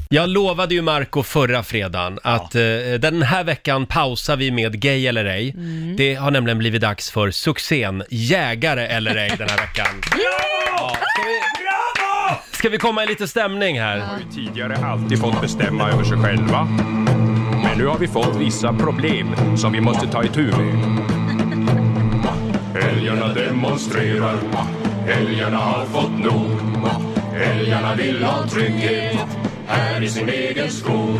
Jag lovade ju Marco förra fredagen att den här veckan pausar vi med Gay eller ej. Det har nämligen blivit dags för succén Jägare eller ej den här veckan. Ja! Ska vi komma i lite stämning här? Har ju tidigare alltid fått bestämma över sig själva. Men nu har vi fått vissa problem som vi måste ta itu med. Älgarna demonstrerar, älgarna har fått nog. Älgarna vill ha trygghet här i sin egen skog.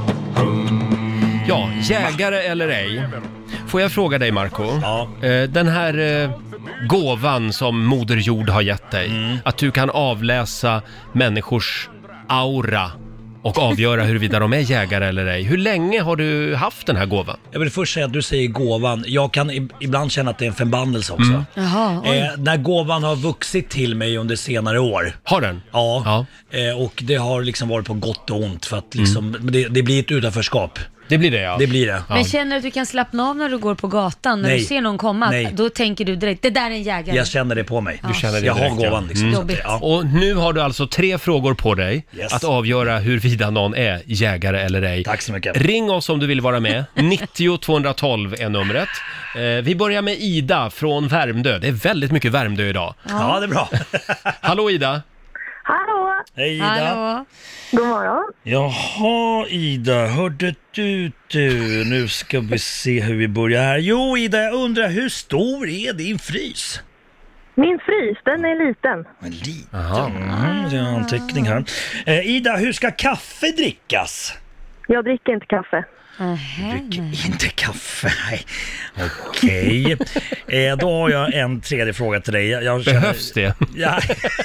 Ja, jägare eller ej. Får jag fråga dig, Marco? Ja. Den här gåvan som Moder Jord har gett dig, att du kan avläsa människors aura och avgöra huruvida de är jägare eller ej. Hur länge har du haft den här gåvan? Jag vill först säga att du säger gåvan. Jag kan ibland känna att det är en förbannelse också. Jaha, När gåvan har vuxit till mig under senare år. Har den? Ja. Och det har liksom varit på gott och ont för att liksom, det blir ett utanförskap. Det blir det, ja. Det blir det. Men känner du att du kan slappna av när du går på gatan? När Nej. du ser någon komma, Nej. då tänker du direkt, det där är en jägare. Jag känner det på mig. Du känner det Jag har direkt, ja. gåvan liksom. Så att, Jobbigt. ja. Och nu har du alltså 3 frågor på dig Yes. att avgöra huruvida någon är jägare eller ej. Tack så mycket. Ring oss om du vill vara med. 90 212 är numret. Vi börjar med Ida från Värmdö. Det är väldigt mycket Värmdö idag. Ja, det är bra. Hallå Ida! Hallå, Hej Ida. Hallå. god morgon. Jaha Ida, hörde du? Nu ska vi se hur vi börjar här. Jo Ida, jag undrar hur stor är din frys? Min frys, den är liten. En liten. Det är en anteckning här. Ida, hur ska kaffe drickas? Jag dricker inte kaffe. Inte kaffe, nej. Okej. Då har jag en tredje fråga till dig. Behövs det? Ja.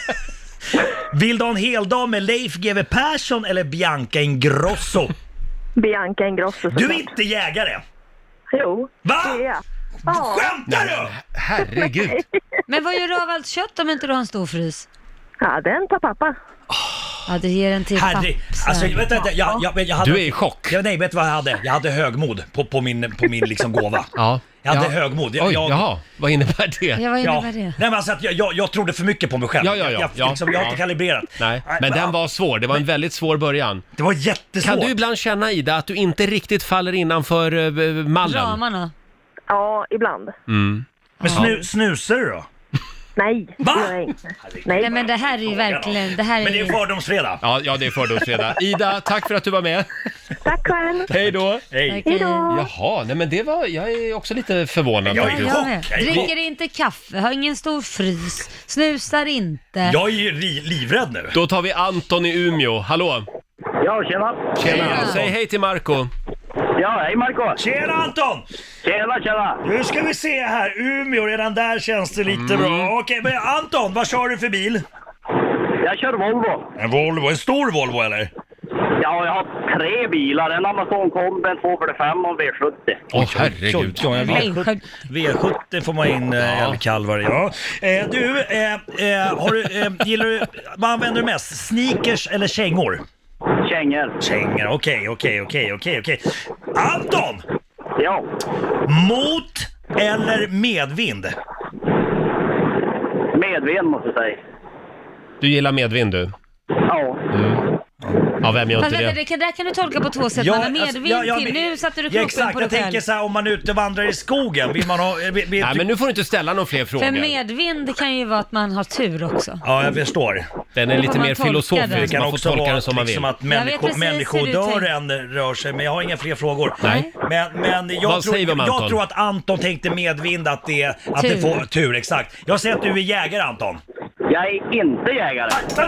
Vill du ha en hel dag med Leif GW Persson eller Bianca Ingrosso? Bianca Ingrosso. Du är inte jägare? Jo, Va? det är jag. Ja, Skämtar du? Herregud! Men vad gör du av allt kött om inte du har en stor frys? ja, den tar pappa. Ja, du ger den till pappa. Alltså vänta, jag hade... Du är i chock. Nej, vet du vad jag hade? Jag hade högmod på min liksom gåva. Ja. Jag hade högmod. Oj, jaha. Vad innebär det? Ja, vad Ja. innebär det? Nej men alltså att jag trodde för mycket på mig själv. Ja. Jag har inte kalibrerat. Nej, men den var svår. Det var en väldigt svår början. Det var jättesvårt. Kan du ibland känna, Ida, att du inte riktigt faller innanför mallen? Ramarna. Ja, ibland. Men snusar du då? Nej, Va? det gör jag inte. Nej, men det här är ju verkligen... Det här är Men det är ju... fördomsfredag. Ja, det är fördomsfredag. Ida, tack för att du var med. Tack själv. Hej då! Hej. Okej. Jaha, nej men det var... Jag är också lite förvånad Jag är faktiskt. Jag med. Jag är Dricker inte kaffe, har ingen stor frys, snusar inte. Jag är ju livrädd nu. Då tar vi Anton i Umeå. Hallå! Ja, tjena. Tjena! Säg hej till Marco. Ja, hej Marco. Tjena Anton! Tjena. Nu ska vi se här, Umeå, redan där känns det lite bra. Okej, men Anton, vad kör du för bil? Jag kör Volvo. En Volvo, en stor Volvo eller? Ja, jag har 3 bilar. En Amazon Kombi, en 245 och en V70. Åh, herregud. Ja, en V70 får man in älgkalvar i. Ja. Gillar du, vad använder du mest? Sneakers eller kängor? Kängor. Okej. Anton! Ja. Mot eller medvind? Medvind måste jag säga. Du gillar medvind du? Ja. Ja, vem gör Fast inte vänta, det? det där kan du tolka på 2 sätt. Man har medvind till. Nu satte du kroppen exakt, på dig jag tänker själv. så här, om man är ute och vandrar i skogen, vill man ha... Nej, men nu får du inte ställa några fler frågor. För medvind kan ju vara att man har tur också. Ja, jag förstår. Den är lite man mer tolka filosofisk. den. Det kan Man får också tolka vara den som man vill. liksom att Jag vet precis hur du människodören rör sig, men jag har inga fler frågor. Nej. Men Vad säger vi om Anton? jag tror att Anton tänkte medvind att det får tur, exakt. Jag säger att du är jägare, Anton. Jag är inte jägare.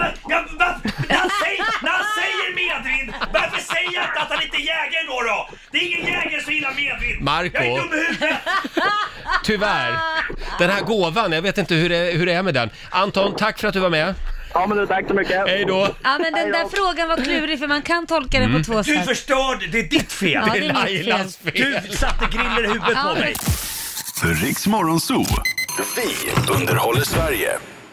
När han säger medvind, varför säger jag inte att han inte är jägare då? Det är ingen jägare som gillar medvind. Marco. Jag är dum i huvudet. Tyvärr. Den här gåvan, jag vet inte hur det är med den. Anton, tack för att du var med. Ja, men du, tack så mycket. Hej då. Ja, men den där frågan var klurig för man kan tolka den på 2 Du sätt. förstörde, det är ditt fel. Ja, det är mitt Lailas fel. fel. Du satte griller i huvudet på mig. Riks Morgonzoo. Vi underhåller Sverige.